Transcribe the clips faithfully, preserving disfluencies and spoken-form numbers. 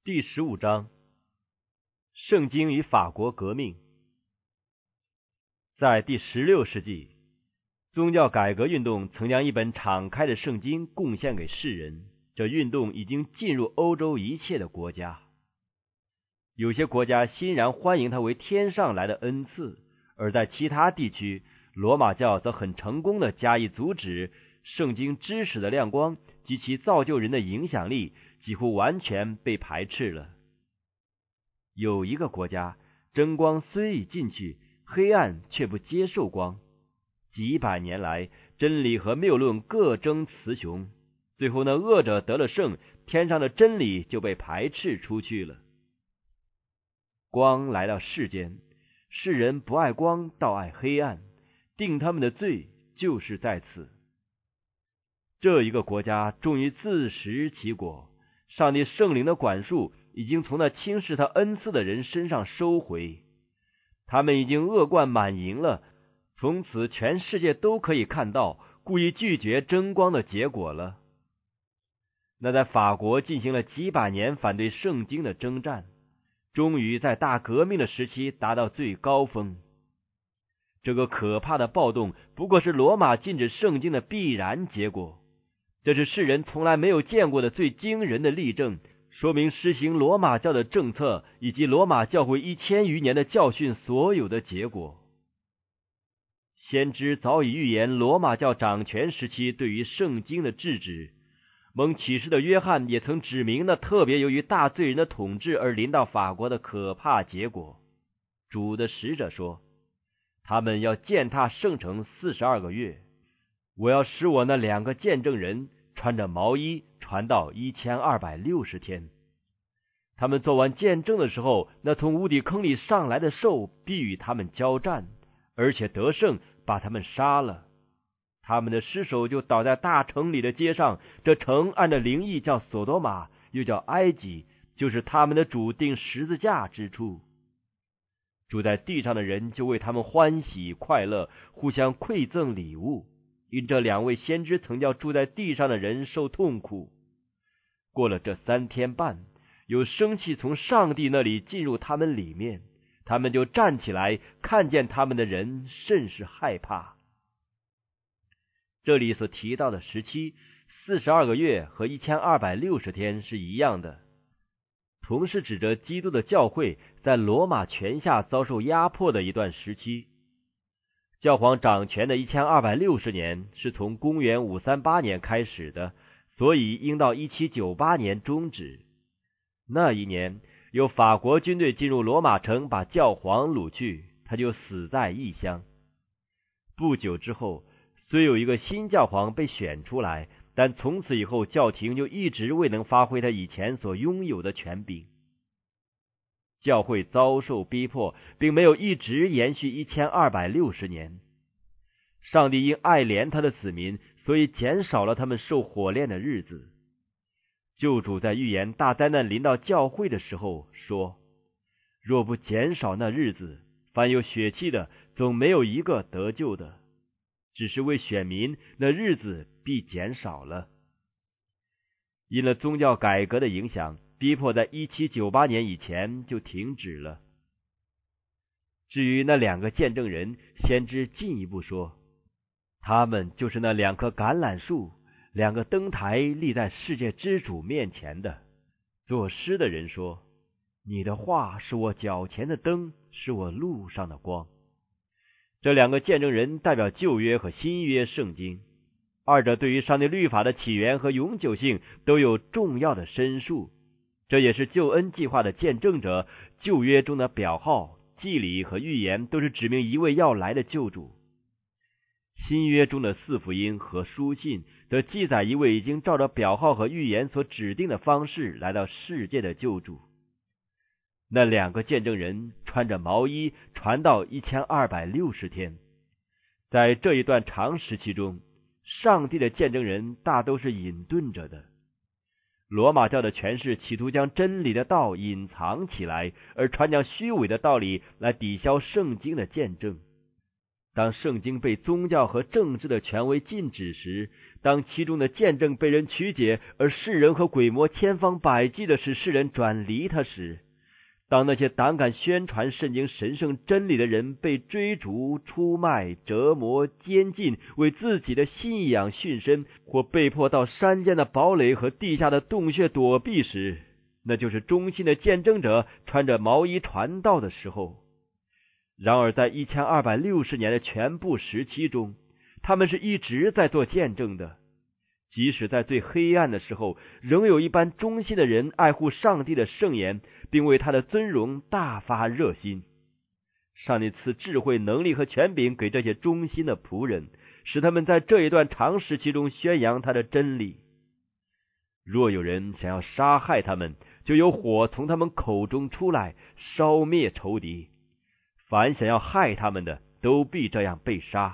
第十五章，圣经与法国革命。在第十六世纪，宗教改革运动曾将一本敞开的圣经贡献给世人，这运动已经进入欧洲一切的国家。有些国家欣然欢迎它为天上来的恩赐，而在其他地区，罗马教则很成功地加以阻止。圣经知识的亮光及其造就人的影响力几乎完全被排斥了。有一个国家，真光虽已进去，黑暗却不接受光。几百年来，真理和谬论各争雌雄，最后那恶者得了胜，天上的真理就被排斥出去了。光来到世间，世人不爱光，倒爱黑暗，定他们的罪就是在此。这一个国家终于自食其果，上帝圣灵的管束已经从那轻视他恩赐的人身上收回，他们已经恶贯满盈了，从此全世界都可以看到故意拒绝真光的结果了。那在法国进行了几百年反对圣经的征战，终于在大革命的时期达到最高峰。这个可怕的暴动不过是罗马禁止圣经的必然结果，这是世人从来没有见过的最惊人的例证，说明施行罗马教的政策以及罗马教会一千余年的教训所有的结果。先知早已预言罗马教掌权时期对于圣经的制止，蒙启示的约翰也曾指明那特别由于大罪人的统治而临到法国的可怕结果。主的使者说，他们要践踏圣城四十二个月，我要使我那两个见证人穿着毛衣传到一千二百六十天。他们做完见证的时候，那从无底坑里上来的兽必与他们交战，而且得胜，把他们杀了。他们的尸首就倒在大城里的街上，这城按照灵意叫索多玛，又叫埃及，就是他们的主钉十字架之处。住在地上的人就为他们欢喜快乐，互相馈赠礼物，因这两位先知曾叫住在地上的人受痛苦。过了这三天半，有生气从上帝那里进入他们里面，他们就站起来，看见他们的人甚是害怕。这里所提到的时期，四十二个月和一千二百六十天是一样的，同是指着基督的教会在罗马权下遭受压迫的一段时期。教皇掌权的一千二百六十年是从公元五三八年开始的，所以应到一七九八年终止。那一年，有法国军队进入罗马城，把教皇掳去，他就死在异乡。不久之后，虽有一个新教皇被选出来，但从此以后教廷就一直未能发挥他以前所拥有的权柄。教会遭受逼迫，并没有一直延续一千二百六十年。上帝因爱怜他的子民，所以减少了他们受火炼的日子。救主在预言大灾难临到教会的时候说，若不减少那日子，凡有血气的总没有一个得救的，只是为选民，那日子必减少了。因了宗教改革的影响，逼迫在一七九八年以前就停止了。至于那两个见证人，先知进一步说，他们就是那两棵橄榄树，两个灯台立在世界之主面前的。作诗的人说，你的话是我脚前的灯，是我路上的光。这两个见证人代表旧约和新约圣经，二者对于上帝律法的起源和永久性都有重要的申述。这也是救恩计划的见证者。旧约中的表号、祭礼和预言都是指明一位要来的救主。新约中的四福音和书信则记载一位已经照着表号和预言所指定的方式来到世界的救主。那两个见证人穿着毛衣传道一千二百六十天。在这一段长时期中，上帝的见证人大都是隐遁着的。罗马教的权势企图将真理的道隐藏起来，而传讲虚伪的道理来抵消圣经的见证。当圣经被宗教和政治的权威禁止时， 当其中的见证被人曲解，而世人和鬼魔千方百计的使世人转离他时，当那些胆敢宣传圣经神圣真理的人被追逐、出卖、折磨、监禁，为自己的信仰殉身，或被迫到山间的堡垒和地下的洞穴躲避时，那就是忠心的见证者穿着毛衣传道的时候。然而在一千二百六十年的全部时期中，他们是一直在做见证的。即使在最黑暗的时候，仍有一般忠心的人爱护上帝的圣言，并为他的尊荣大发热心。上帝赐智慧、能力和权柄给这些忠心的仆人，使他们在这一段长时期中宣扬他的真理。若有人想要杀害他们，就有火从他们口中出来，烧灭仇敌。凡想要害他们的，都必这样被杀。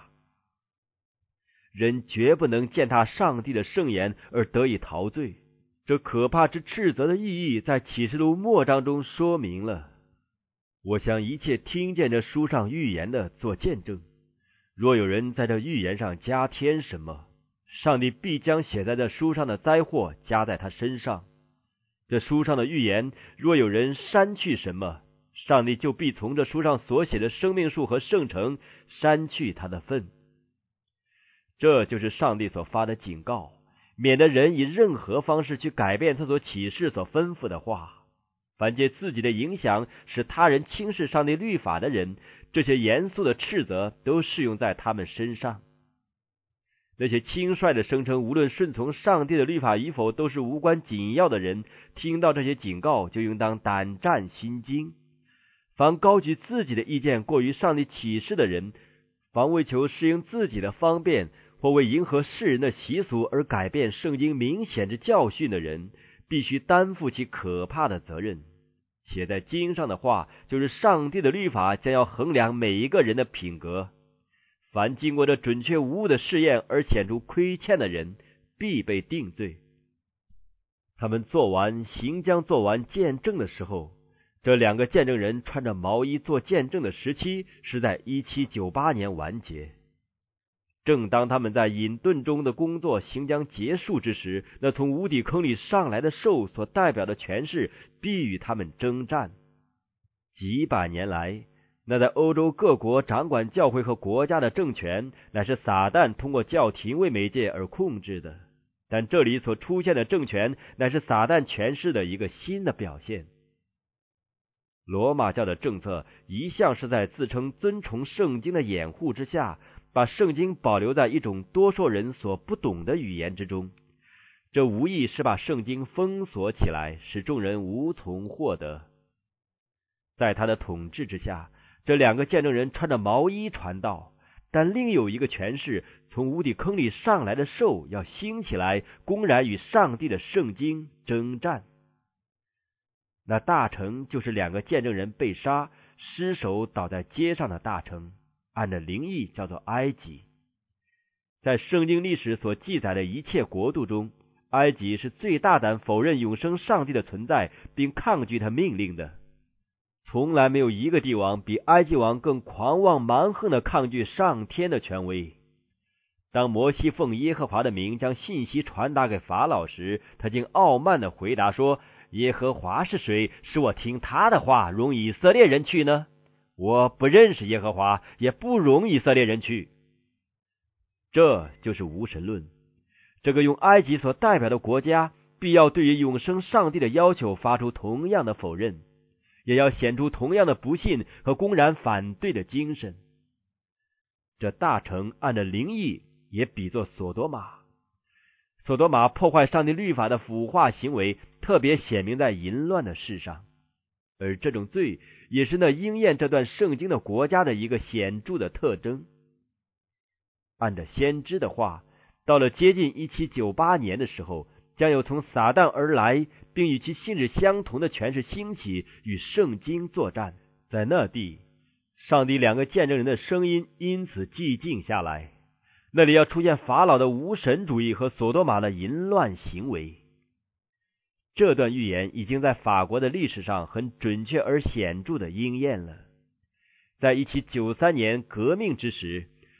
人绝不能践踏上帝的圣言而得以陶醉。这可怕之斥责的意义在启示录末章中说明了。我向一切听见这书上预言的做见证，若有人在这预言上加添什么，上帝必将写在这书上的灾祸加在他身上。这书上的预言，若有人删去什么，上帝就必从这书上所写的生命树和圣城删去他的份。这就是上帝所发的警告，免得人以任何方式去改变他所启示所吩咐的话。凡借自己的影响使他人轻视上帝律法的人，这些严肃的斥责都适用在他们身上。那些轻率的声称无论顺从上帝的律法与否都是无关紧要的人，听到这些警告就应当胆战心惊。凡高举自己的意见过于上帝启示的人，凡为求适应自己的方便或为迎合世人的习俗而改变圣经明显之教训的人，必须担负起可怕的责任。写在经上的话，就是上帝的律法将要衡量每一个人的品格。凡经过这准确无误的试验而显出亏欠的人，必被定罪。他们做完行将做完见证的时候，这两个见证人穿着毛衣做见证的时期是在一七九八年完结。正当他们在隐遁中的工作行将结束之时，那从无底坑里上来的兽所代表的权势必与他们征战。几百年来，那在欧洲各国掌管教会和国家的政权，乃是撒旦通过教廷为媒介而控制的。但这里所出现的政权，乃是撒旦权势的一个新的表现。罗马教的政策一向是在自称尊崇圣经的掩护之下，把圣经保留在一种多数人所不懂的语言之中，这无疑是把圣经封锁起来，使众人无从获得。在他的统治之下，这两个见证人穿着毛衣传道，但另有一个权势从无底坑里上来的兽要兴起来，公然与上帝的圣经征战。那大城就是两个见证人被杀，尸首倒在街上的大城，按着灵意叫做埃及。在圣经历史所记载的一切国度中，埃及是最大胆否认永生上帝的存在，并抗拒他命令的。从来没有一个帝王比埃及王更狂妄蛮横地抗拒上天的权威。当摩西奉耶和华的名将信息传达给法老时，他竟傲慢地回答说：耶和华是谁，使我听他的话容以色列人去呢？我不认识耶和华，也不容以色列人去。这就是无神论。这个用埃及所代表的国家，必要对于永生上帝的要求发出同样的否认，也要显出同样的不信和公然反对的精神。这大城按着灵意也比作索多玛。索多玛破坏上帝律法的腐化行为，特别显明在淫乱的事上，而这种罪也是那应验这段圣经的国家的一个显著的特征。按照先知的话，到了接近一七九八年的时候，将有从撒旦而来并与其性质相同的权势兴起，与圣经作战。在那地，上帝两个见证人的声音因此寂静下来，那里要出现法老的无神主义和索多玛的淫乱行为。这段预言已经在法国的历史上很准确而显著的应验了。在一七九三年革命之时，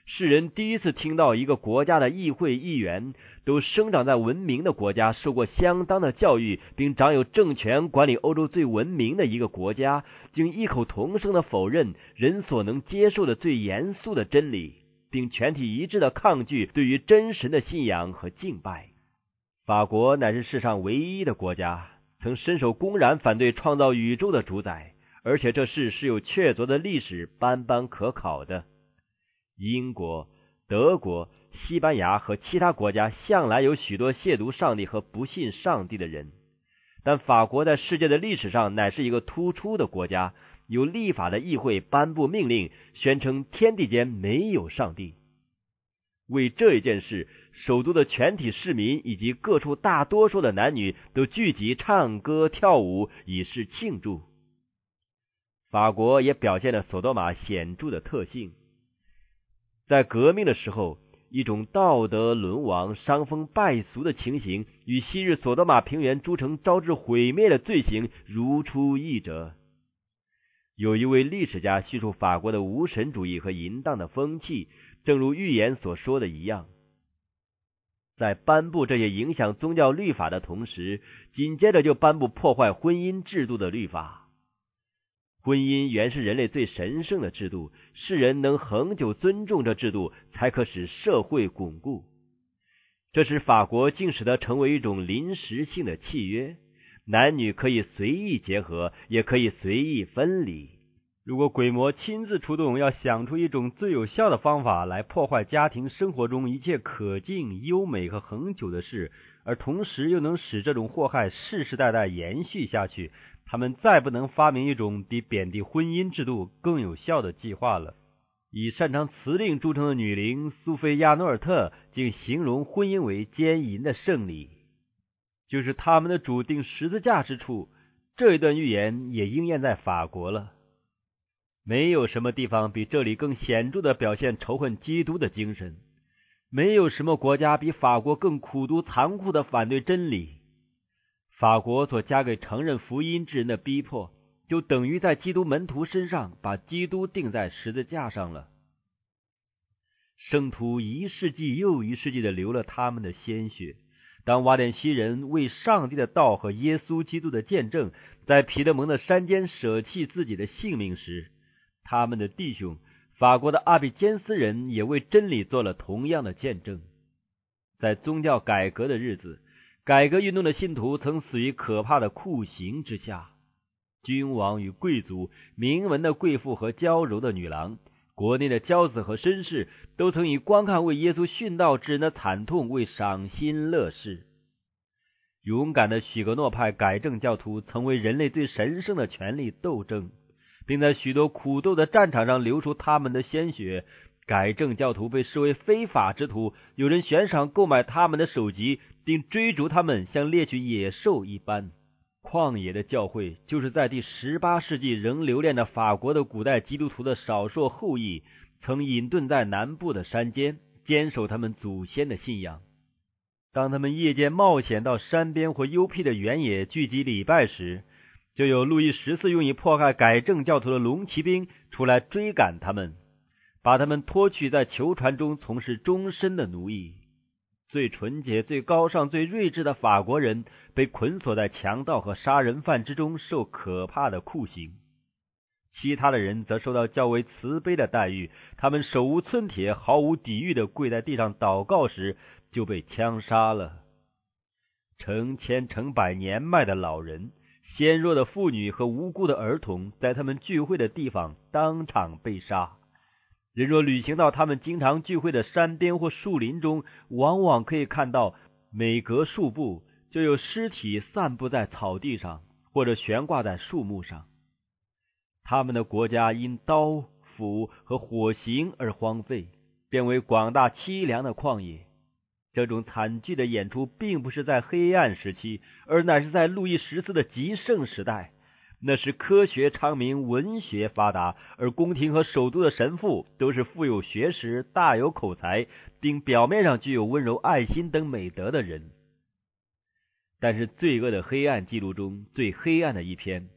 世人第一次听到一个国家的议会议员都生长在文明的国家，受过相当的教育，并掌有政权管理欧洲最文明的一个国家，竟异口同声的否认人所能接受的最严肃的真理，并全体一致的抗拒对于真神的信仰和敬拜。法国乃是世上唯一的国家曾伸手公然反对创造宇宙的主宰，而且这事是有确凿的历史斑斑可考的。英国、德国、西班牙和其他国家向来有许多亵渎上帝和不信上帝的人，但法国在世界的历史上乃是一个突出的国家，有立法的议会颁布命令，宣称天地间没有上帝。为这一件事，首都的全体市民以及各处大多数的男女都聚集唱歌跳舞，以示庆祝。法国也表现了索多玛显著的特性。在革命的时候，一种道德沦亡、伤风败俗的情形，与昔日索多玛平原诸城招致毁灭的罪行如出一辙。有一位历史家叙述法国的无神主义和淫荡的风气，正如预言所说的一样。在颁布这些影响宗教律法的同时，紧接着就颁布破坏婚姻制度的律法。婚姻原是人类最神圣的制度，世人能恒久尊重这制度，才可使社会巩固。这使法国竟使它成为一种临时性的契约，男女可以随意结合，也可以随意分离。如果鬼魔亲自出动，要想出一种最有效的方法来破坏家庭生活中一切可敬、优美和恒久的事，而同时又能使这种祸害世世代代延续下去，他们再不能发明一种比贬低婚姻制度更有效的计划了。以擅长辞令著称的女伶苏菲亚诺尔特竟形容婚姻为奸淫的圣礼，就是他们的主定十字架之处。这一段预言也应验在法国了。没有什么地方比这里更显著地表现仇恨基督的精神，没有什么国家比法国更苦毒残酷地反对真理。法国所加给承认福音之人的逼迫，就等于在基督门徒身上把基督钉在十字架上了。圣徒一世纪又一世纪地流了他们的鲜血。当瓦典西人为上帝的道和耶稣基督的见证，在皮德蒙的山间舍弃自己的性命时，他们的弟兄法国的阿比坚斯人也为真理做了同样的见证。在宗教改革的日子，改革运动的信徒曾死于可怕的酷刑之下。君王与贵族、名门的贵妇和娇柔的女郎，国内的骄子和绅士，都曾以观看为耶稣殉道之人的惨痛为赏心乐事。勇敢的许格诺派改正教徒曾为人类最神圣的权利斗争，并在许多苦斗的战场上流出他们的鲜血。改正教徒被视为非法之徒，有人悬赏购买他们的首级，并追逐他们像猎取野兽一般。旷野的教会就是在第十八世纪仍留恋着法国的古代基督徒的少数后裔，曾隐遁在南部的山间，坚守他们祖先的信仰。当他们夜间冒险到山边或幽僻的原野聚集礼拜时，就有路易十四用以迫害改正教徒的龙骑兵出来追赶他们，把他们拖去在囚船中从事终身的奴役。最纯洁、最高尚、最睿智的法国人被捆锁在强盗和杀人犯之中，受可怕的酷刑。其他的人则受到较为慈悲的待遇，他们手无寸铁、毫无抵御地跪在地上祷告时，就被枪杀了。成千成百年迈的老人、纤弱的妇女和无辜的儿童，在他们聚会的地方当场被杀。人若旅行到他们经常聚会的山边或树林中，往往可以看到每隔数步就有尸体散布在草地上，或者悬挂在树木上。他们的国家因刀、斧和火刑而荒废，变为广大凄凉的旷野。这种惨剧的演出并不是在黑暗时期，而乃是在路易十四的极盛时代。那时科学昌明，文学发达，而宫廷和首都的神父都是富有学识、大有口才，并表面上具有温柔、爱心等美德的人。但是罪恶的黑暗记录中最黑暗的一篇，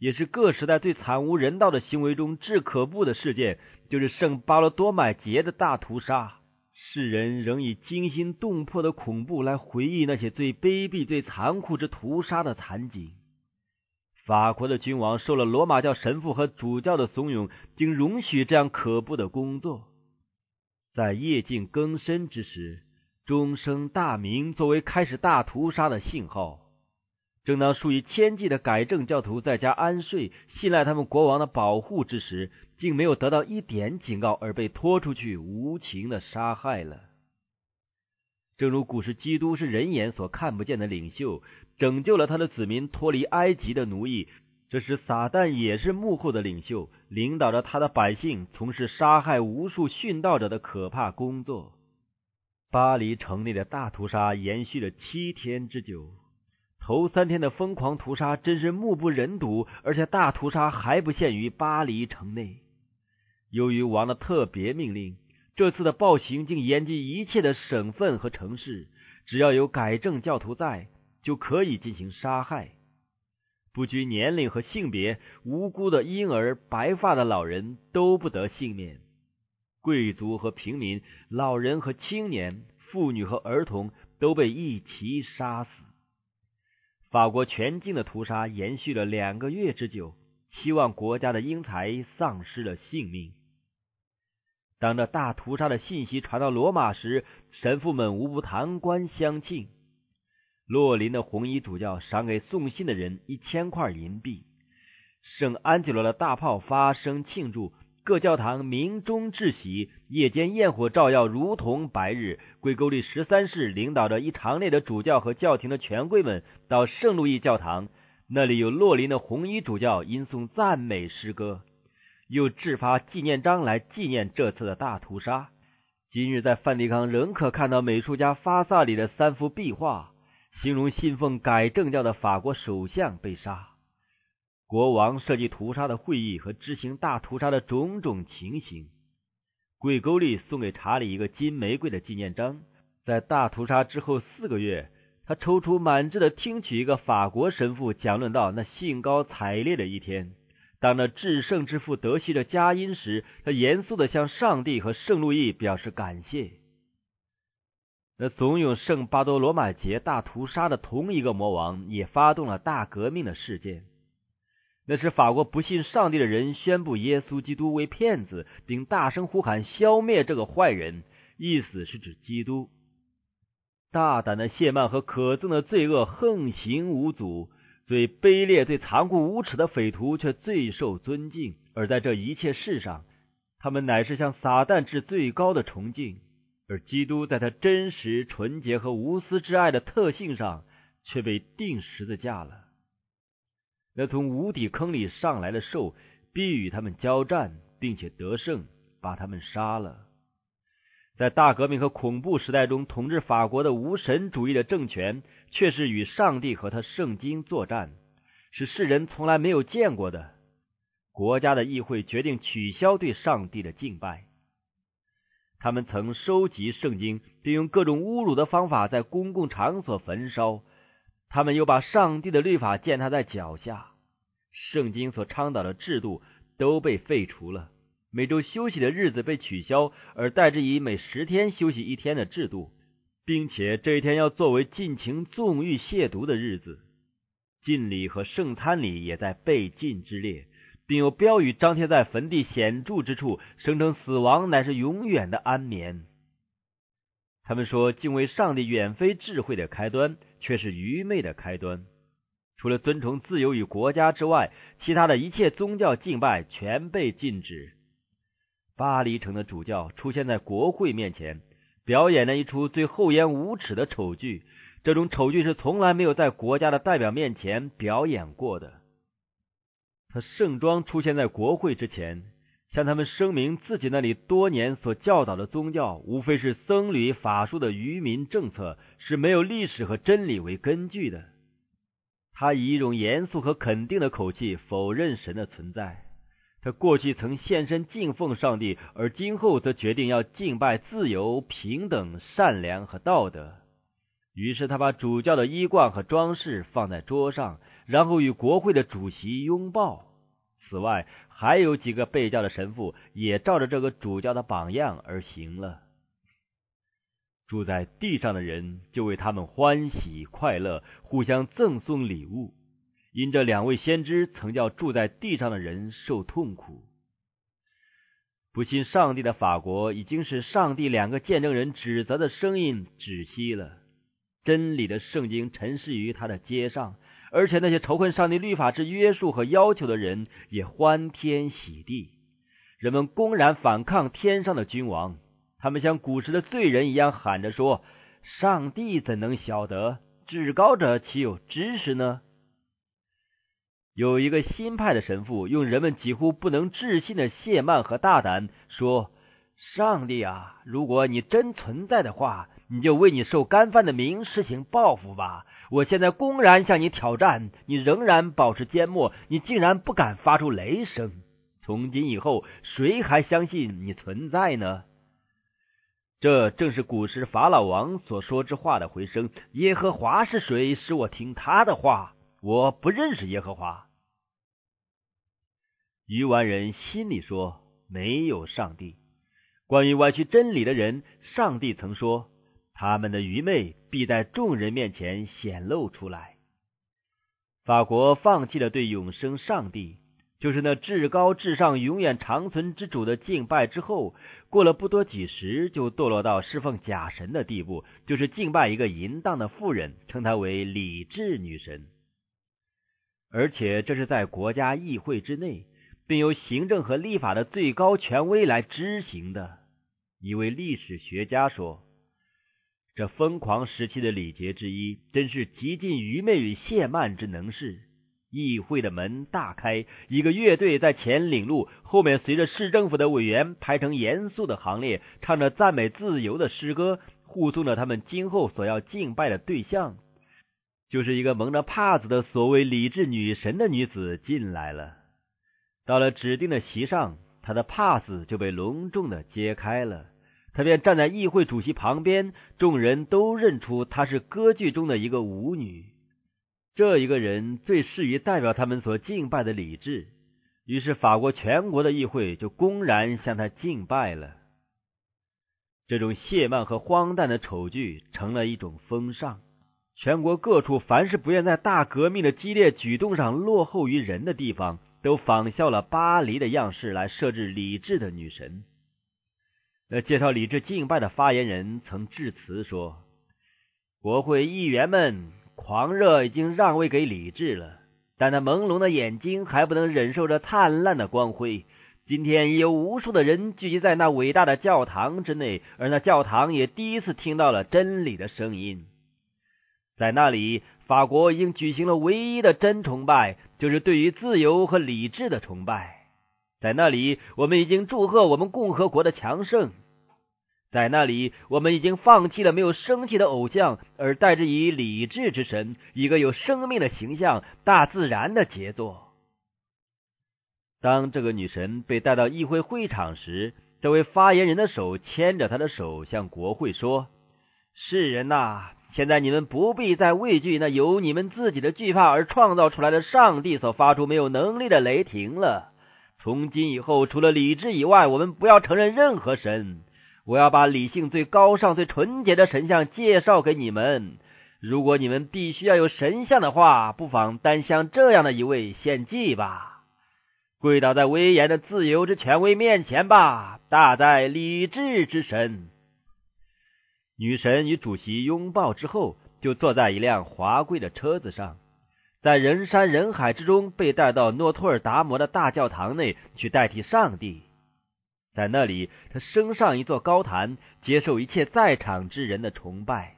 也是各时代最惨无人道的行为中最可怖的事件，就是圣巴罗多买节的大屠杀。世人仍以惊心动魄的恐怖来回忆那些最卑鄙、最残酷之屠杀的惨景。法国的君王受了罗马教神父和主教的怂恿，竟容许这样可怖的工作。在夜静更深之时，钟声大鸣作为开始大屠杀的信号。正当数以千计的改正教徒在家安睡，信赖他们国王的保护之时，竟没有得到一点警告而被拖出去无情的杀害了。正如古时基督是人眼所看不见的领袖，拯救了他的子民脱离埃及的奴役，这时撒旦也是幕后的领袖，领导着他的百姓从事杀害无数殉道者的可怕工作。巴黎城内的大屠杀延续了七天之久，头三天的疯狂屠杀真是目不忍睹，而且大屠杀还不限于巴黎城内。由于王的特别命令，这次的暴行竟延及一切的省份和城市，只要有改正教徒在，就可以进行杀害。不拘年龄和性别，无辜的婴儿、白发的老人都不得幸免。贵族和平民、老人和青年、妇女和儿童都被一齐杀死。法国全境的屠杀延续了两个月之久，七万国家的英才丧失了性命。当这大屠杀的信息传到罗马时，神父们无不弹冠相庆。洛林的红衣主教赏给送信的人一千块银币，圣安吉罗的大炮发声庆祝，各教堂鸣钟致喜，夜间焰火照耀，如同白日。贵沟利十三世领导着一长列的主教和教廷的权贵们到圣路易教堂，那里有洛林的红衣主教吟诵赞美诗歌，又制发纪念章来纪念这次的大屠杀。今日在梵蒂冈仍可看到美术家法萨里的三幅壁画，形容信奉改正教的法国首相被杀，国王设计屠杀的会议和执行大屠杀的种种情形。贵沟利送给查理一个金玫瑰的纪念章，在大屠杀之后四个月，他踌躇满志地听取一个法国神父讲论到那兴高采烈的一天。当那至圣之父得悉了佳音时，他严肃地向上帝和圣路易表示感谢。那怂恿圣巴多罗买节大屠杀的同一个魔王也发动了大革命的事件。那是法国不信上帝的人宣布耶稣基督为骗子，并大声呼喊消灭这个坏人，意思是指基督。大胆的谢曼和可憎的罪恶横行无阻，最卑劣最残酷无耻的匪徒却最受尊敬，而在这一切事上，他们乃是向撒旦致最高的崇敬，而基督在他真实纯洁和无私之爱的特性上却被钉十字架了。那从无底坑里上来的兽必与他们交战，并且得胜，把他们杀了。在大革命和恐怖时代中统治法国的无神主义的政权，却是与上帝和他圣经作战，是世人从来没有见过的。国家的议会决定取消对上帝的敬拜。他们曾收集圣经，并用各种侮辱的方法在公共场所焚烧。他们又把上帝的律法践踏在脚下，圣经所倡导的制度都被废除了，每周休息的日子被取消，而代之以每十天休息一天的制度，并且这一天要作为尽情纵欲亵渎的日子。禁礼和圣餐礼也在被禁之列，并有标语张贴在坟地显著之处，声称死亡乃是永远的安眠。他们说敬畏上帝远非智慧的开端，却是愚昧的开端。除了尊崇自由与国家之外，其他的一切宗教敬拜全被禁止。巴黎城的主教出现在国会面前，表演了一出最厚颜无耻的丑剧，这种丑剧是从来没有在国家的代表面前表演过的。他盛装出现在国会之前，向他们声明自己那里多年所教导的宗教无非是僧侣法术的愚民政策，是没有历史和真理为根据的。他以一种严肃和肯定的口气否认神的存在。他过去曾献身敬奉上帝，而今后则决定要敬拜自由、平等、善良和道德。于是他把主教的衣冠和装饰放在桌上， 然后与国会的主席拥抱。此外，还有几个被教的神父也照着这个主教的榜样而行了。住在地上的人就为他们欢喜快乐，互相赠送礼物，因这两位先知曾叫住在地上的人受痛苦。不信上帝的法国已经使上帝两个见证人指责的声音止息了，真理的圣经陈示于他的街上，而且那些仇恨上帝律法之约束和要求的人也欢天喜地。人们公然反抗天上的君王，他们像古时的罪人一样喊着说：上帝怎能晓得？至高者岂有知识呢？有一个新派的神父用人们几乎不能置信的懈慢和大胆说：上帝啊，如果你真存在的话，你就为你受干犯的名施行报复吧。我现在公然向你挑战，你仍然保持缄默，你竟然不敢发出雷声。从今以后，谁还相信你存在呢？这正是古时法老王所说之话的回声：耶和华是谁，使我听他的话？我不认识耶和华。愚顽人心里说：没有上帝。关于歪曲真理的人，上帝曾说，他们的愚昧必在众人面前显露出来。法国放弃了对永生上帝，就是那至高至上永远长存之主的敬拜之后，过了不多几时就堕落到侍奉假神的地步，就是敬拜一个淫荡的妇人，称她为理智女神。而且这是在国家议会之内，并由行政和立法的最高权威来执行的。一位历史学家说，这疯狂时期的礼节之一，真是极尽愚昧与懈慢之能事。议会的门大开，一个乐队在前领路，后面随着市政府的委员排成严肃的行列，唱着赞美自由的诗歌，护送着他们今后所要敬拜的对象，就是一个蒙着帕子的所谓理智女神的女子进来了。到了指定的席上，她的帕子就被隆重的揭开了，她便站在议会主席旁边，众人都认出她是歌剧中的一个舞女。这一个人最适于代表他们所敬拜的理智，于是法国全国的议会就公然向她敬拜了。这种懈慢和荒诞的丑剧成了一种风尚，全国各处凡是不愿在大革命的激烈举动上落后于人的地方，都仿效了巴黎的样式来设置理智的女神。那介绍理智敬拜的发言人曾致辞说，国会议员们，狂热已经让位给理智了，但那朦胧的眼睛还不能忍受着灿烂的光辉。今天已有无数的人聚集在那伟大的教堂之内，而那教堂也第一次听到了真理的声音。在那里，法国已经举行了唯一的真崇拜，就是对于自由和理智的崇拜。在那里，我们已经祝贺我们共和国的强盛。在那里，我们已经放弃了没有生气的偶像，而代之以理智之神，一个有生命的形象，大自然的杰作。当这个女神被带到议会会场时，这位发言人的手牵着她的手向国会说，世人呐，现在你们不必再畏惧那由你们自己的惧怕而创造出来的上帝所发出没有能力的雷霆了。从今以后，除了理智以外，我们不要承认任何神。我要把理性最高尚最纯洁的神像介绍给你们。如果你们必须要有神像的话，不妨单向这样的一位献祭吧。跪倒在威严的自由之权威面前吧，大在理智之神。女神与主席拥抱之后，就坐在一辆华贵的车子上，在人山人海之中被带到诺托尔达摩的大教堂内去代替上帝。在那里，他升上一座高坛，接受一切在场之人的崇拜。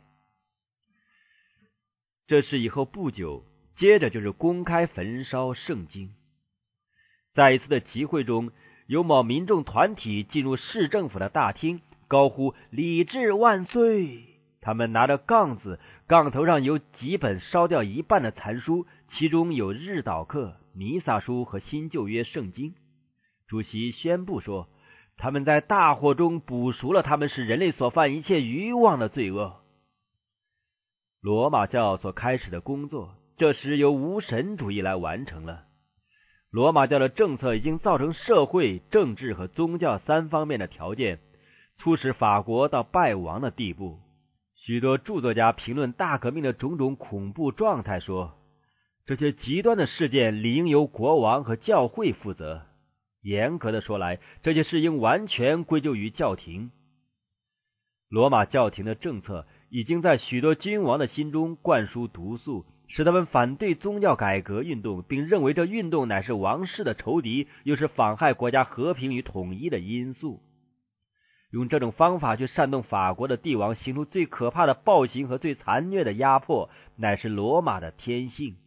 这事以后不久，接着就是公开焚烧圣经。在一次的集会中，有某民众团体进入市政府的大厅，高呼理智万岁。他们拿着杠子，杠头上有几本烧掉一半的残书，其中有日祷课、弥撒书和新旧约圣经。主席宣布说，他们在大火中补赎了他们使人类所犯一切愚妄的罪恶。罗马教所开始的工作， 这时由无神主义来完成了。罗马教的政策已经造成社会、政治和宗教三方面的条件，促使法国到败亡的地步。许多著作家评论大革命的种种恐怖状态说，这些极端的事件理应由国王和教会负责。严格的说来，这些事应完全归咎于教廷。罗马教廷的政策已经在许多君王的心中灌输毒素，使他们反对宗教改革运动，并认为这运动乃是王室的仇敌，又是妨害国家和平与统一的因素。用这种方法去煽动法国的帝王行出最可怕的暴行和最残虐的压迫，乃是罗马的天性。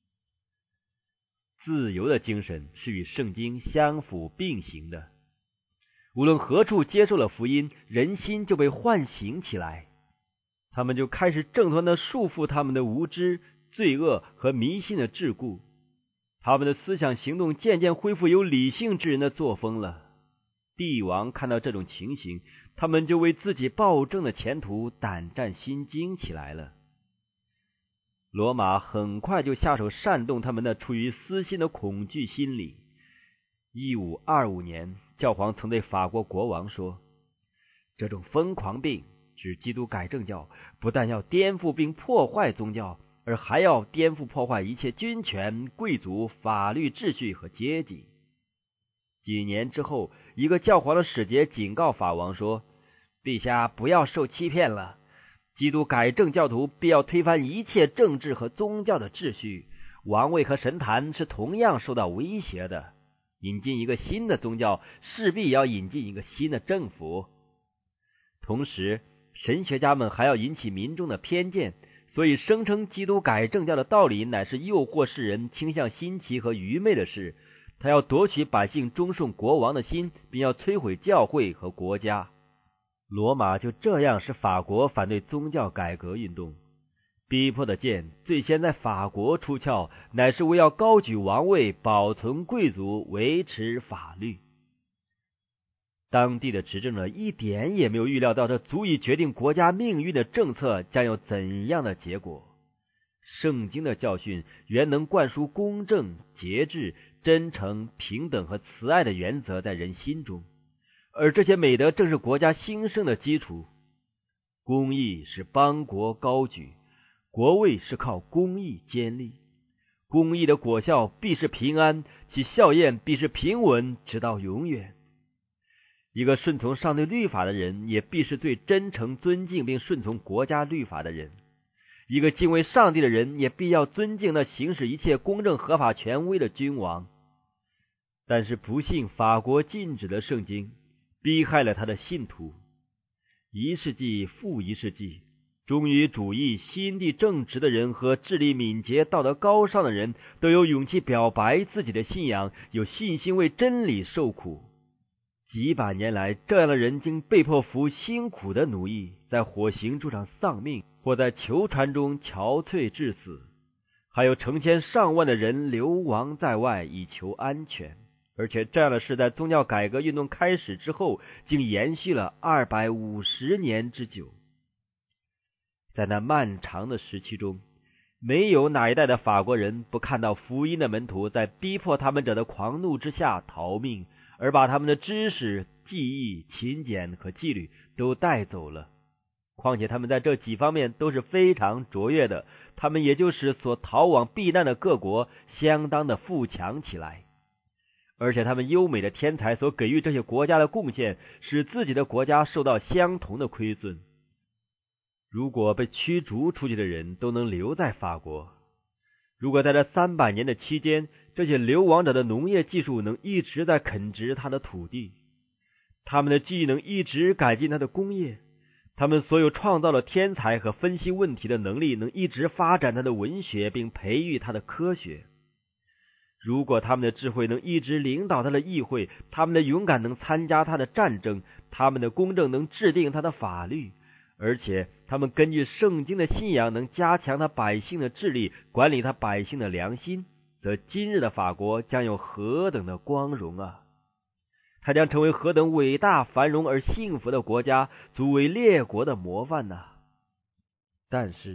自由的精神是与圣经相辅并行的，无论何处接受了福音，人心就被唤醒起来，他们就开始挣脱那束缚他们的无知、罪恶和迷信的桎梏，他们的思想行动渐渐恢复有理性之人的作风了。帝王看到这种情形，他们就为自己暴政的前途胆战心惊起来了。罗马很快就下手煽动他们那出于私心的恐惧心理。一五二五年，教皇曾对法国国王说，这种疯狂病指基督改正教，不但要颠覆并破坏宗教，而还要颠覆破坏一切军权、贵族、法律秩序和阶级。几年之后，一个教皇的使节警告法王说，陛下不要受欺骗了，基督改正教徒必要推翻一切政治和宗教的秩序，王位和神坛是同样受到威胁的。引进一个新的宗教，势必要引进一个新的政府。同时，神学家们还要引起民众的偏见，所以声称基督改正教的道理乃是诱惑世人倾向新奇和愚昧的事。他要夺取百姓忠顺国王的心，并要摧毁教会和国家。罗马就这样使法国反对宗教改革运动。逼迫的剑最先在法国出鞘，乃是为要高举王位，保存贵族，维持法律。当地的执政者一点也没有预料到这足以决定国家命运的政策将有怎样的结果。圣经的教训原能灌输公正、节制、真诚、平等和慈爱的原则在人心中，而这些美德正是国家兴盛的基础。公义是邦国高举，国位是靠公义建立，公义的果效必是平安，其效验必是平稳，直到永远。一个顺从上帝律法的人，也必是最真诚、尊敬并顺从国家律法的人。一个敬畏上帝的人，也必要尊敬那行使一切公正合法权威的君王。但是不幸，法国禁止了圣经，逼害了他的信徒。一世纪复一世纪，忠于主义、心地正直的人和智力敏捷、道德高尚的人，都有勇气表白自己的信仰，有信心为真理受苦。几百年来，这样的人经被迫服辛苦的奴役，在火刑柱上丧命，或在囚船中憔悴致死，还有成千上万的人流亡在外以求安全。而且这样的事在宗教改革运动开始之后，竟延续了二百五十年之久。在那漫长的时期中，没有哪一代的法国人不看到福音的门徒在逼迫他们者的狂怒之下逃命，而把他们的知识、技艺、勤俭和纪律都带走了。况且他们在这几方面都是非常卓越的，他们也就使所逃往避难的各国相当的富强起来。而且他们优美的天才所给予这些国家的贡献，使自己的国家受到相同的亏损。如果被驱逐出去的人都能留在法国，如果在这三百年的期间，这些流亡者的农业技术能一直在垦植他的土地，他们的技能一直改进他的工业，他们所有创造的天才和分析问题的能力能一直发展他的文学并培育他的科学，如果他们的智慧能一直领导他的议会，他们的勇敢能参加他的战争，他们的公正能制定他的法律，而且他们根据圣经的信仰能加强他百姓的智力，管理他百姓的良心，则今日的法国将有何等的光荣啊！它将成为何等伟大、繁荣而幸福的国家，足为列国的模范呐、啊！但是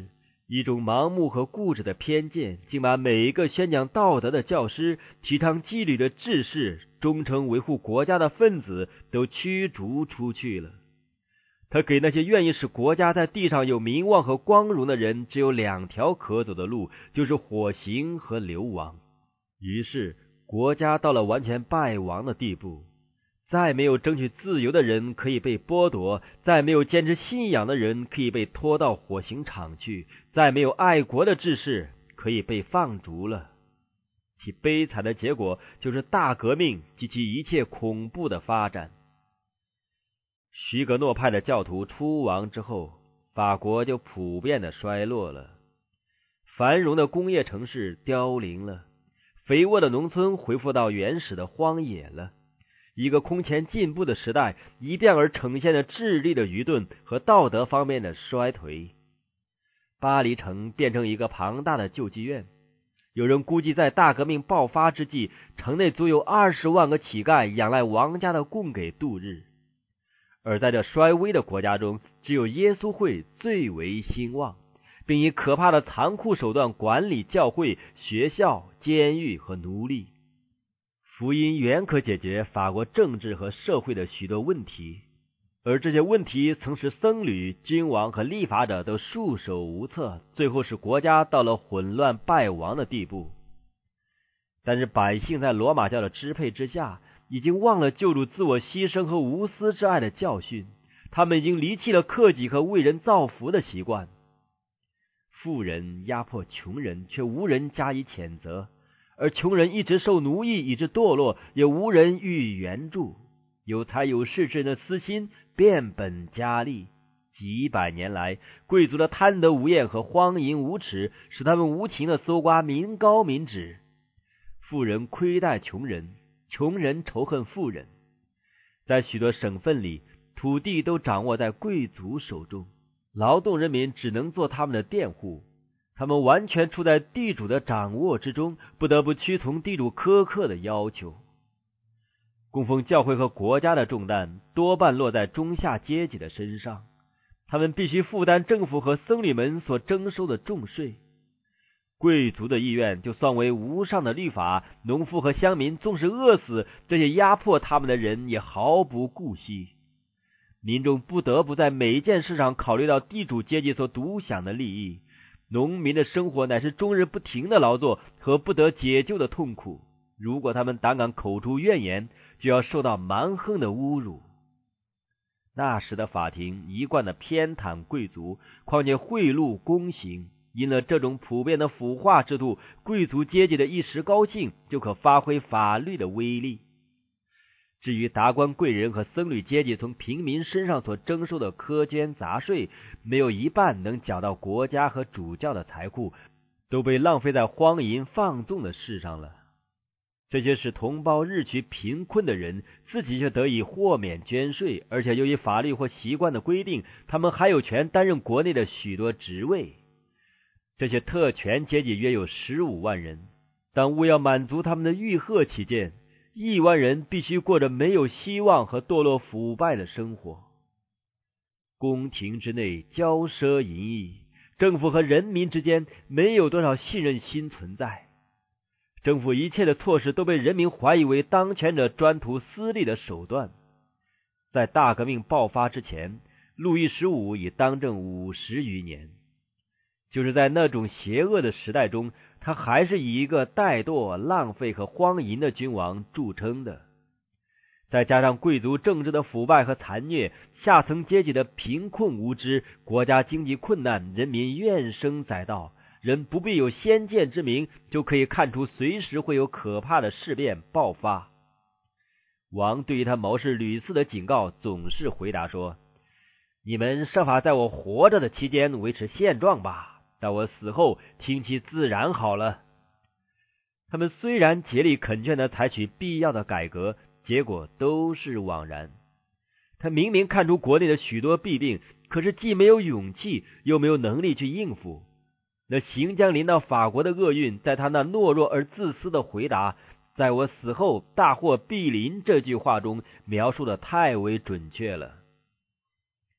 一种盲目和固执的偏见，竟把每一个宣讲道德的教师、提倡纪律的志士、忠诚维护国家的分子都驱逐出去了。他给那些愿意使国家在地上有名望和光荣的人，只有两条可走的路，就是火刑和流亡。于是，国家到了完全败亡的地步。再没有争取自由的人可以被剥夺，再没有坚持信仰的人可以被拖到火刑场去，再没有爱国的志士可以被放逐了。其悲惨的结果就是大革命及其一切恐怖的发展。徐格诺派的教徒出亡之后，法国就普遍的衰落了。繁荣的工业城市凋零了，肥沃的农村恢复到原始的荒野了。一个空前进步的时代，一变而呈现了智力的愚钝和道德方面的衰颓。巴黎城变成一个庞大的救济院，有人估计在大革命爆发之际，城内足有二十万个乞丐仰赖王家的供给度日。而在这衰微的国家中，只有耶稣会最为兴旺，并以可怕的残酷手段管理教会、学校、监狱和奴隶。福音原可解决法国政治和社会的许多问题，而这些问题曾使僧侣、君王和立法者都束手无策，最后使国家到了混乱败亡的地步。但是百姓在罗马教的支配之下，已经忘了救主自我牺牲和无私之爱的教训，他们已经离弃了克己和为人造福的习惯。富人压迫穷人，却无人加以谴责，而穷人一直受奴役以致堕落，也无人予以援助。有财有势之人的私心变本加厉，几百年来，贵族的贪得无厌和荒淫无耻，使他们无情的搜刮民膏民脂。富人亏待穷人，穷人仇恨富人。在许多省份里，土地都掌握在贵族手中，劳动人民只能做他们的佃户，他们完全处在地主的掌握之中，不得不屈从地主苛刻的要求。供奉教会和国家的重担多半落在中下阶级的身上，他们必须负担政府和僧侣们所征收的重税。贵族的意愿就算为无上的律法，农夫和乡民纵使饿死，这些压迫他们的人也毫不顾惜。民众不得不在每一件事上考虑到地主阶级所独享的利益。农民的生活乃是终日不停的劳作和不得解救的痛苦，如果他们胆敢口出怨言，就要受到蛮横的侮辱。那时的法庭一贯的偏袒贵族，况且贿赂公行，因了这种普遍的腐化制度，贵族阶级的一时高兴就可发挥法律的威力。至于达官贵人和僧侣阶级从平民身上所征收的苛捐杂税，没有一半能缴到国家和主教的财库，都被浪费在荒淫放纵的事上了。这些使同胞日趋贫困的人，自己却得以豁免捐税，而且由于法律或习惯的规定，他们还有权担任国内的许多职位。这些特权阶级约有十五万人，但为要满足他们的欲壑起见，亿万人必须过着没有希望和堕落腐败的生活。宫廷之内骄奢淫逸，政府和人民之间没有多少信任心存在。政府一切的措施都被人民怀疑为当权者专图私利的手段。在大革命爆发之前，路易十五已当政五十余年。就是在那种邪恶的时代中，他还是以一个怠惰、浪费和荒淫的君王著称的。再加上贵族政治的腐败和残虐，下层阶级的贫困无知，国家经济困难，人民怨声载道，人不必有先见之明，就可以看出随时会有可怕的事变爆发。王对于他谋士屡次的警告，总是回答说：你们设法在我活着的期间维持现状吧，到我死后听其自然好了。他们虽然竭力恳劝他采取必要的改革，结果都是枉然。他明明看出国内的许多弊病，可是既没有勇气，又没有能力去应付。那行将临到法国的厄运，在他那懦弱而自私的回答在我死后大祸必临这句话中描述的太为准确了。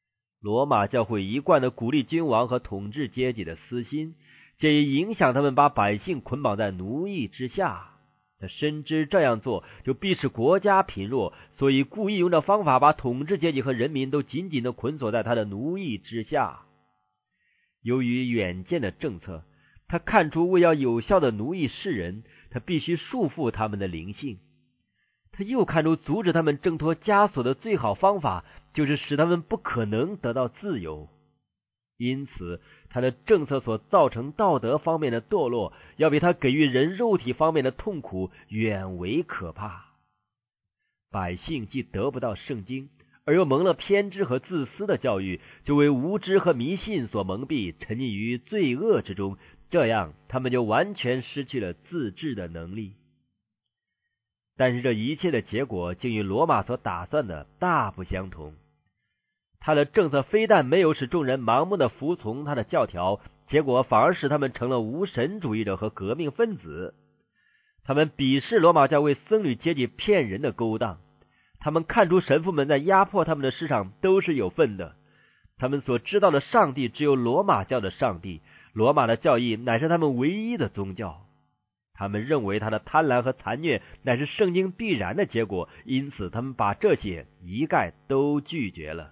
罗马教会一贯的鼓励君王和统治阶级的私心，借以影响他们把百姓捆绑在奴役之下。他深知这样做就必使国家贫弱，所以故意用这方法把统治阶级和人民都紧紧地捆锁在他的奴役之下。由于远见的政策，他看出为要有效的奴役世人，他必须束缚他们的灵性。他又看出阻止他们挣脱枷锁的最好方法，就是使他们不可能得到自由。因此，他的政策所造成道德方面的堕落，要比他给予人肉体方面的痛苦远为可怕。百姓既得不到圣经，而又蒙了偏执和自私的教育，就为无知和迷信所蒙蔽，沉溺于罪恶之中，这样他们就完全失去了自治的能力。但是这一切的结果竟与罗马所打算的大不相同。他的政策非但没有使众人盲目的服从他的教条，结果反而使他们成了无神主义者和革命分子。他们鄙视罗马教会僧侣阶级骗人的勾当，他们看出神父们在压迫他们的事上都是有份的。他们所知道的上帝只有罗马教的上帝，罗马的教义乃是他们唯一的宗教。他们认为他的贪婪和残虐乃是圣经必然的结果，因此他们把这些一概都拒绝了。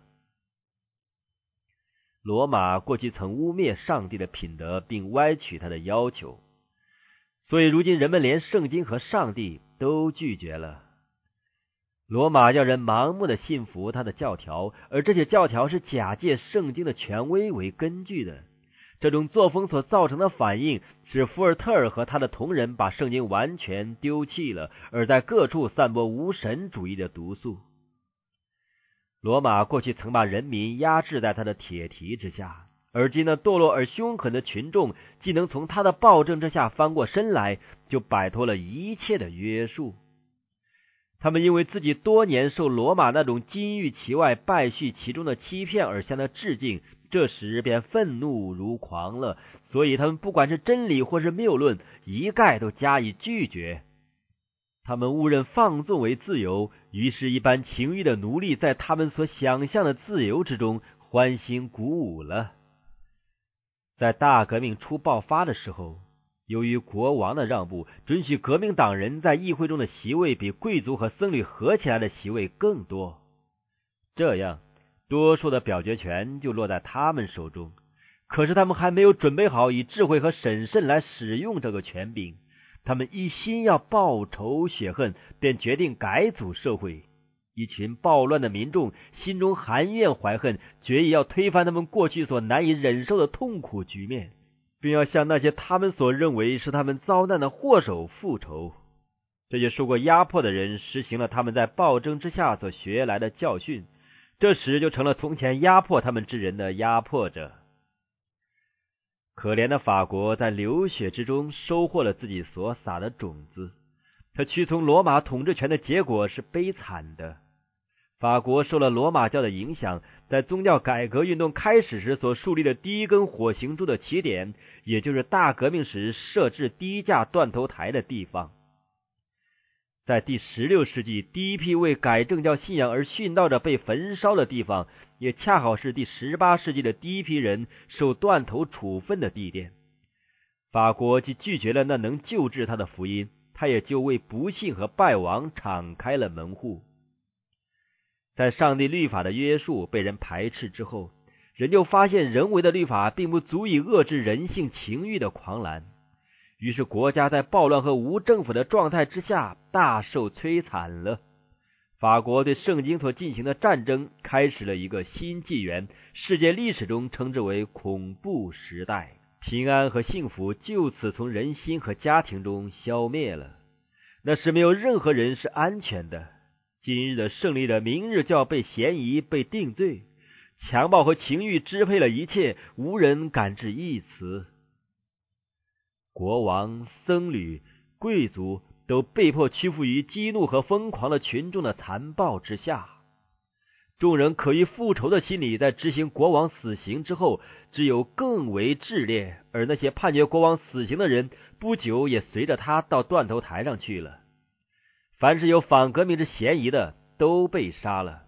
罗马过去曾污蔑上帝的品德，并歪曲他的要求，所以如今人们连圣经和上帝都拒绝了。罗马要人盲目的信服他的教条，而这些教条是假借圣经的权威为根据的。这种作风所造成的反应，使福尔特尔和他的同仁把圣经完全丢弃了，而在各处散播无神主义的毒素。罗马过去曾把人民压制在他的铁蹄之下，而今那堕落而凶狠的群众既能从他的暴政之下翻过身来，就摆脱了一切的约束。他们因为自己多年受罗马那种金玉其外败絮其中的欺骗而向他致敬，这时便愤怒如狂了，所以他们不管是真理或是谬论，一概都加以拒绝。他们误认放纵为自由，于是一般情欲的奴隶在他们所想象的自由之中欢欣鼓舞了。在大革命初爆发的时候，由于国王的让步，准许革命党人在议会中的席位比贵族和僧侣合起来的席位更多，这样多数的表决权就落在他们手中。可是他们还没有准备好以智慧和审慎来使用这个权柄，他们一心要报仇雪恨，便决定改组社会。一群暴乱的民众心中含怨怀恨，决意要推翻他们过去所难以忍受的痛苦局面，并要向那些他们所认为是他们遭难的祸首复仇。这些受过压迫的人实行了他们在暴政之下所学来的教训，这时就成了从前压迫他们之人的压迫者。可怜的法国在流血之中收获了自己所撒的种子，他屈从罗马统治权的结果是悲惨的。法国受了罗马教的影响，在宗教改革运动开始时所树立的第一根火刑柱的起点，也就是大革命时设置第一架断头台的地方。在第十六世纪第一批为改正教信仰而殉道者被焚烧的地方，也恰好是第十八世纪的第一批人受断头处分的地点。法国既拒绝了那能救治他的福音，他也就为不幸和败亡敞开了门户。在上帝律法的约束被人排斥之后，人就发现人为的律法并不足以遏制人性情欲的狂澜，于是国家在暴乱和无政府的状态之下大受摧残了。法国对圣经所进行的战争开始了一个新纪元，世界历史中称之为恐怖时代。平安和幸福就此从人心和家庭中消灭了，那时没有任何人是安全的。今日的胜利者明日就要被嫌疑，被定罪。强暴和情欲支配了一切，无人敢置一词。国王、僧侣、贵族都被迫屈服于激怒和疯狂的群众的残暴之下。众人可以复仇的心理在执行国王死刑之后只有更为炽烈，而那些判决国王死刑的人不久也随着他到断头台上去了。凡是有反革命之嫌疑的都被杀了。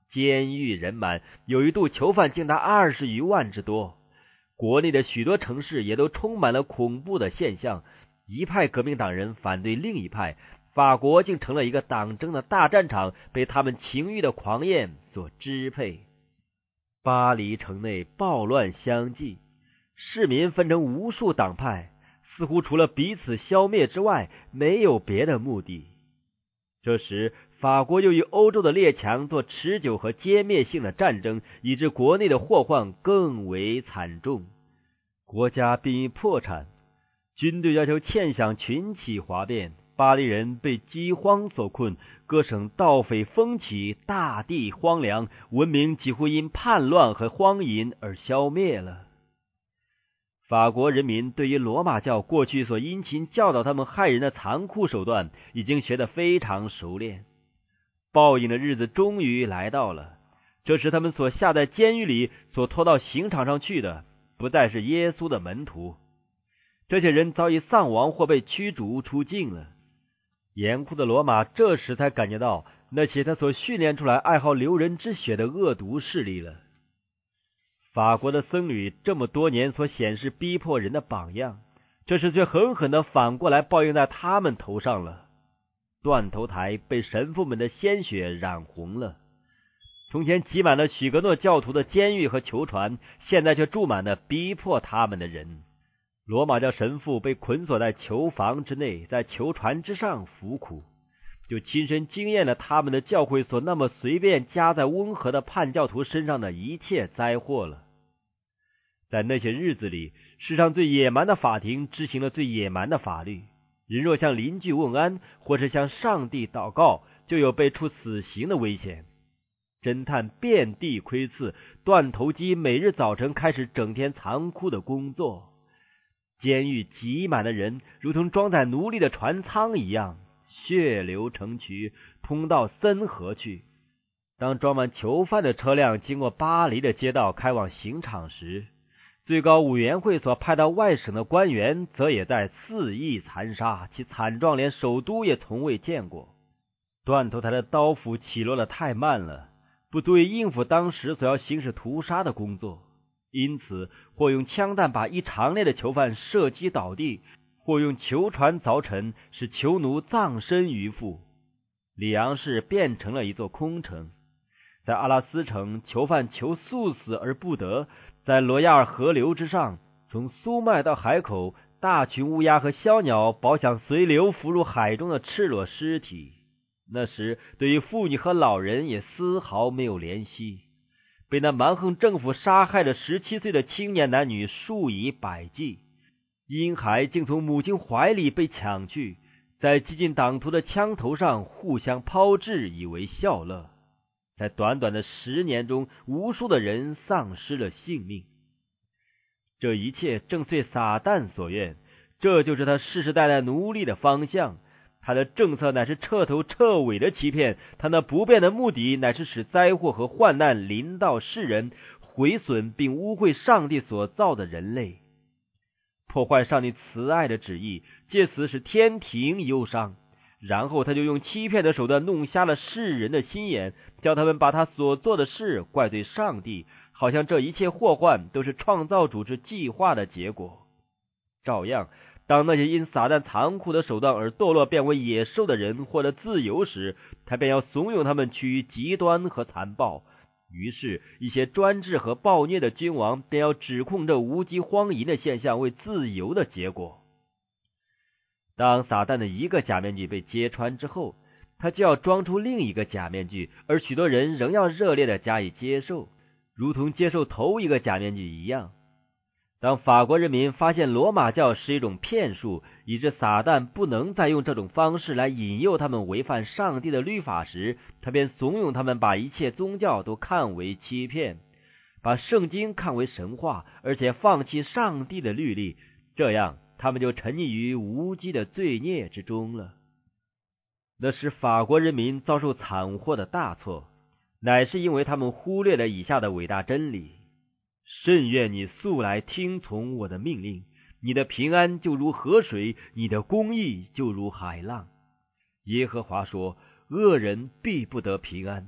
监狱人满，有一度囚犯竟达二十余万之多。国内的许多城市也都充满了恐怖的现象，一派革命党人反对另一派，法国竟成了一个党争的大战场，被他们情欲的狂焰所支配。巴黎城内暴乱相继，市民分成无数党派，似乎除了彼此消灭之外，没有别的目的。这时，法国又与欧洲的列强做持久和歼灭性的战争，以致国内的祸患更为惨重，国家濒于破产，军队要求欠饷群起哗变，巴黎人被饥荒所困，各省盗匪风起，大地荒凉，文明几乎因叛乱和荒淫而消灭了。法国人民对于罗马教过去所殷勤教导他们害人的残酷手段已经学得非常熟练，报应的日子终于来到了。这时他们所下在监狱里，所拖到刑场上去的，不再是耶稣的门徒，这些人早已丧亡或被驱逐出境了。严酷的罗马这时才感觉到那些他所训练出来爱好流人之血的恶毒势力了。法国的僧侣这么多年所显示逼迫人的榜样，这时却狠狠地反过来报应在他们头上了。断头台被神父们的鲜血染红了，从前挤满了许格诺教徒的监狱和囚船，现在却住满了逼迫他们的人。罗马教神父被捆锁在囚房之内，在囚船之上服苦，就亲身经验了他们的教会所那么随便加在温和的叛教徒身上的一切灾祸了。在那些日子里，世上最野蛮的法庭执行了最野蛮的法律，人若向邻居问安，或是向上帝祷告，就有被处死刑的危险。侦探遍地窥刺，断头机每日早晨开始整天残酷的工作。监狱挤满的人，如同装载奴隶的船舱一样，血流成渠，通到森河去。当装满囚犯的车辆经过巴黎的街道开往刑场时，最高委员会所派到外省的官员则也在肆意残杀，其惨状连首都也从未见过。断头台的刀斧起落的太慢了，不足以应付当时所要行使屠杀的工作，因此或用枪弹把一长列的囚犯射击倒地，或用囚船凿沉，使囚奴葬身鱼腹。里昂市变成了一座空城，在阿拉斯城，囚犯求速死而不得，在罗亚尔河流之上，从苏麦到海口，大群乌鸦和枭鸟饱想随流浮入海中的赤裸尸体。那时对于妇女和老人也丝毫没有怜惜，被那蛮横政府杀害的十七岁的青年男女数以百计，婴孩竟从母亲怀里被抢去，在激进党徒的枪头上互相抛掷，以为笑乐。在短短的十年中，无数的人丧失了性命。这一切正遂撒旦所愿，这就是他世世代代奴隶的方向。他的政策乃是彻头彻尾的欺骗，他那不变的目的乃是使灾祸和患难临到世人，毁损并污秽上帝所造的人类，破坏上帝慈爱的旨意，借此使天庭忧伤。然后他就用欺骗的手段弄瞎了世人的心眼，叫他们把他所做的事怪罪上帝，好像这一切祸患都是创造主之计划的结果。照样，当那些因撒旦残酷的手段而堕落变为野兽的人获得自由时，他便要怂恿他们趋于极端和残暴。于是一些专制和暴虐的君王便要指控这无稽荒淫的现象为自由的结果。当撒旦的一个假面具被揭穿之后，他就要装出另一个假面具，而许多人仍要热烈的加以接受，如同接受头一个假面具一样。当法国人民发现罗马教是一种骗术，以致撒旦不能再用这种方式来引诱他们违反上帝的律法时，他便怂恿他们把一切宗教都看为欺骗，把圣经看为神话，而且放弃上帝的律例，这样他们就沉溺于无稽的罪孽之中了。那使法国人民遭受惨祸的大错，乃是因为他们忽略了以下的伟大真理：甚愿你素来听从我的命令，你的平安就如河水，你的公义就如海浪。耶和华说，恶人必不得平安。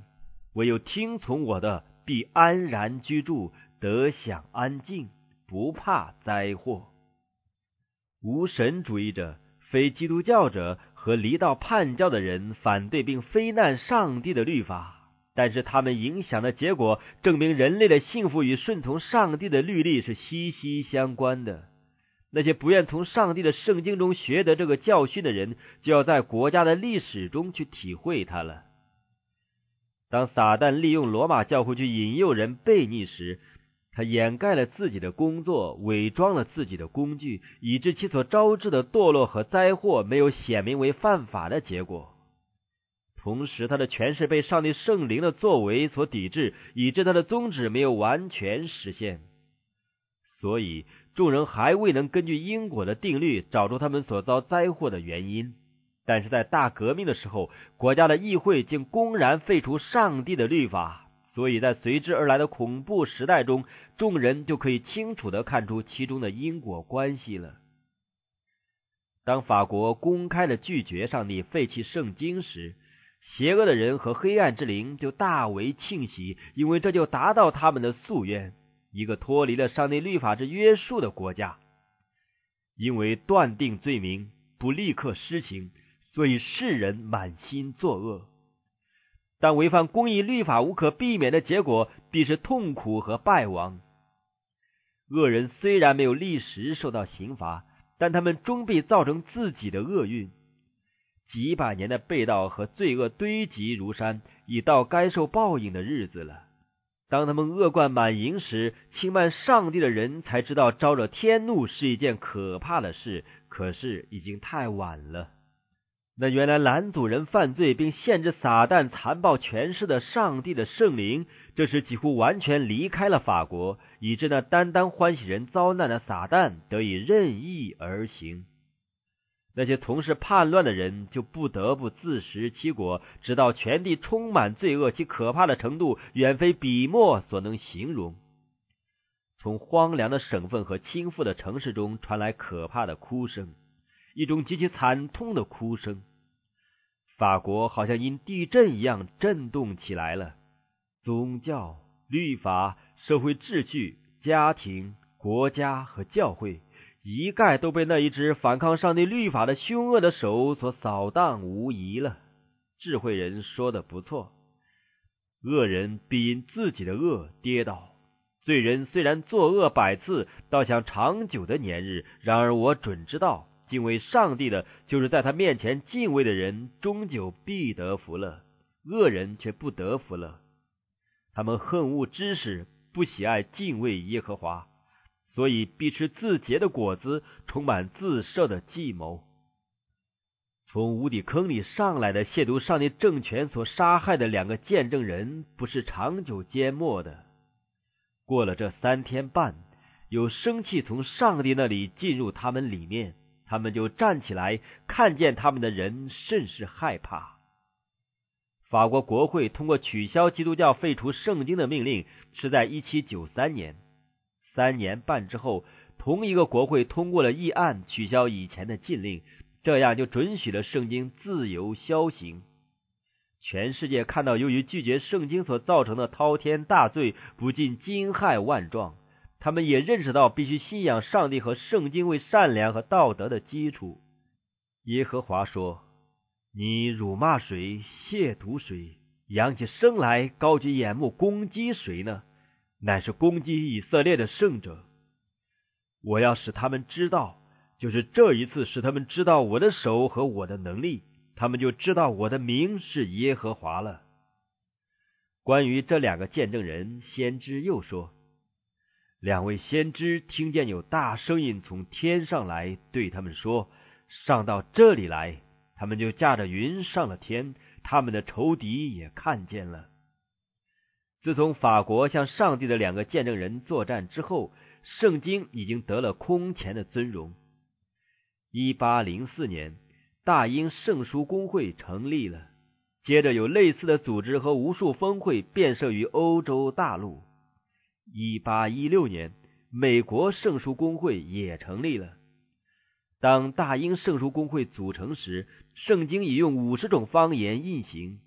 唯有听从我的，必安然居住，得享安静，不怕灾祸。无神主义者、非基督教者和离道叛教的人反对并非难上帝的律法，但是他们影响的结果证明人类的幸福与顺从上帝的律例是息息相关的。那些不愿从上帝的圣经中学得这个教训的人，就要在国家的历史中去体会它了。当撒旦利用罗马教会去引诱人悖逆时，他掩盖了自己的工作，伪装了自己的工具，以致其所招致的堕落和灾祸没有显明为犯法的结果。同时，他的权势被上帝圣灵的作为所抵制，以致他的宗旨没有完全实现。所以，众人还未能根据因果的定律找出他们所遭灾祸的原因。但是在大革命的时候，国家的议会竟公然废除上帝的律法，所以在随之而来的恐怖时代中，众人就可以清楚地看出其中的因果关系了。当法国公开地拒绝上帝废弃圣经时，邪恶的人和黑暗之灵就大为庆喜，因为这就达到他们的夙愿，一个脱离了上帝律法之约束的国家。因为断定罪名，不立刻施行，所以世人满心作恶。但违反公义律法无可避免的结果，必是痛苦和败亡。恶人虽然没有立时受到刑罚，但他们终必造成自己的厄运。几百年的背道和罪恶堆积如山，已到该受报应的日子了。当他们恶贯满盈时，轻慢上帝的人才知道招惹天怒是一件可怕的事，可是已经太晚了。那原来拦阻人犯罪并限制撒旦残暴权势的上帝的圣灵，这时几乎完全离开了法国，以致那单单欢喜人遭难的撒旦得以任意而行。那些从事叛乱的人就不得不自食其果，直到全地充满罪恶，其可怕的程度远非笔墨所能形容。从荒凉的省份和倾覆的城市中传来可怕的哭声，一种极其惨痛的哭声。法国好像因地震一样震动起来了。宗教、律法、社会秩序、家庭、国家和教会一概都被那一只反抗上帝律法的凶恶的手所扫荡无疑了。智慧人说得不错，恶人必因自己的恶跌倒，罪人虽然作恶百次，倒想长久的年日，然而我准知道，敬畏上帝的，就是在他面前敬畏的人，终究必得福了，恶人却不得福了。他们恨恶知识，不喜爱敬畏耶和华，所以必吃自结的果子，充满自设的计谋。从无底坑里上来的亵渎上帝政权所杀害的两个见证人，不是长久缄默的。过了这三天半，有生气从上帝那里进入他们里面，他们就站起来，看见他们的人甚是害怕。法国国会通过取消基督教废除圣经的命令，是在一七九三年。三年半之后，同一个国会通过了议案，取消以前的禁令，这样就准许了圣经自由销行。全世界看到由于拒绝圣经所造成的滔天大罪，不禁惊骇万状。他们也认识到必须信仰上帝和圣经为善良和道德的基础。耶和华说：你辱骂谁，亵渎谁，扬起声来，高举眼目攻击谁呢？乃是攻击以色列的圣者。我要使他们知道，就是这一次使他们知道我的手和我的能力，他们就知道我的名是耶和华了。关于这两个见证人，先知又说，两位先知听见有大声音从天上来，对他们说，上到这里来。他们就驾着云上了天，他们的仇敌也看见了。自从法国向上帝的两个见证人作战之后，圣经已经得了空前的尊荣。一八零四年，大英圣书公会成立了，接着有类似的组织和无数分会遍设于欧洲大陆。一八一六年，美国圣书公会也成立了。当大英圣书公会组成时，圣经已用五十种方言印行，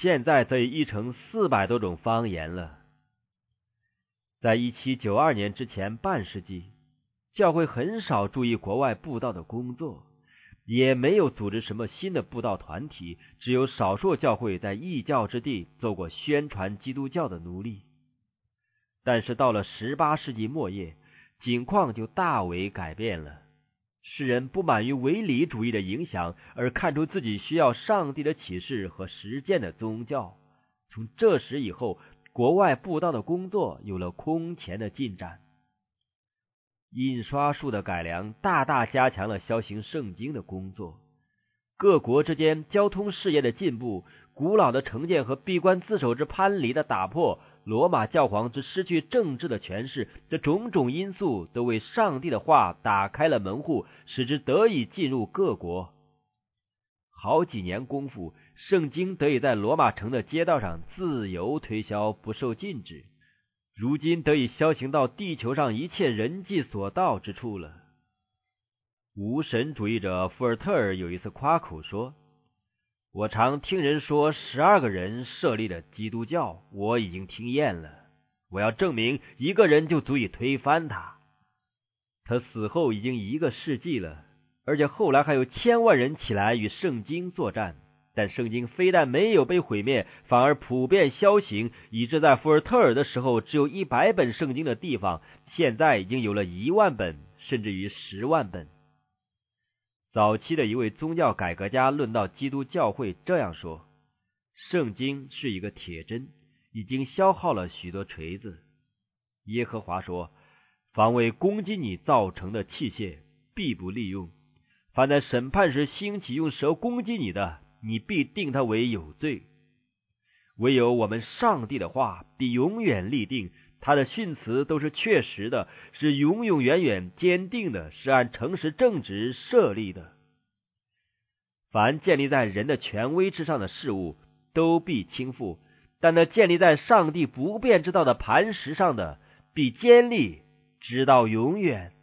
现在则已译成四百多种方言了。在一七九二年之前半世纪，教会很少注意国外布道的工作，也没有组织什么新的布道团体，只有少数教会在异教之地做过宣传基督教的奴隶。但是到了十八世纪末叶，景况就大为改变了。世人不满于唯理主义的影响，而看出自己需要上帝的启示和实践的宗教。从这时以后，国外布道的工作有了空前的进展。印刷术的改良大大加强了销行圣经的工作。各国之间交通事业的进步，古老的成见和闭关自守之藩篱的打破，罗马教皇之失去政治的权势，这种种因素都为上帝的话打开了门户，使之得以进入各国。好几年功夫，圣经得以在罗马城的街道上自由推销，不受禁止，如今得以销行到地球上一切人迹所到之处了。无神主义者福尔特尔有一次夸口说，我常听人说十二个人设立了基督教，我已经听厌了，我要证明一个人就足以推翻他。他死后已经一个世纪了，而且后来还有千万人起来与圣经作战，但圣经非但没有被毁灭，反而普遍销行，以致在福尔特尔的时候只有一百本圣经的地方，现在已经有了一万本，甚至于十万本。早期的一位宗教改革家论到基督教会这样说，圣经是一个铁针，已经消耗了许多锤子。耶和华说，凡为攻击你造成的器械必不利用，凡在审判时兴起用舌攻击你的，你必定他为有罪。唯有我们上帝的话必永远立定，他的训词都是确实的，是永永远远坚定的，是按诚实正直设立的。凡建立在人的权威之上的事物都必倾覆，但那建立在上帝不变之道的磐石上的必坚立直到永远。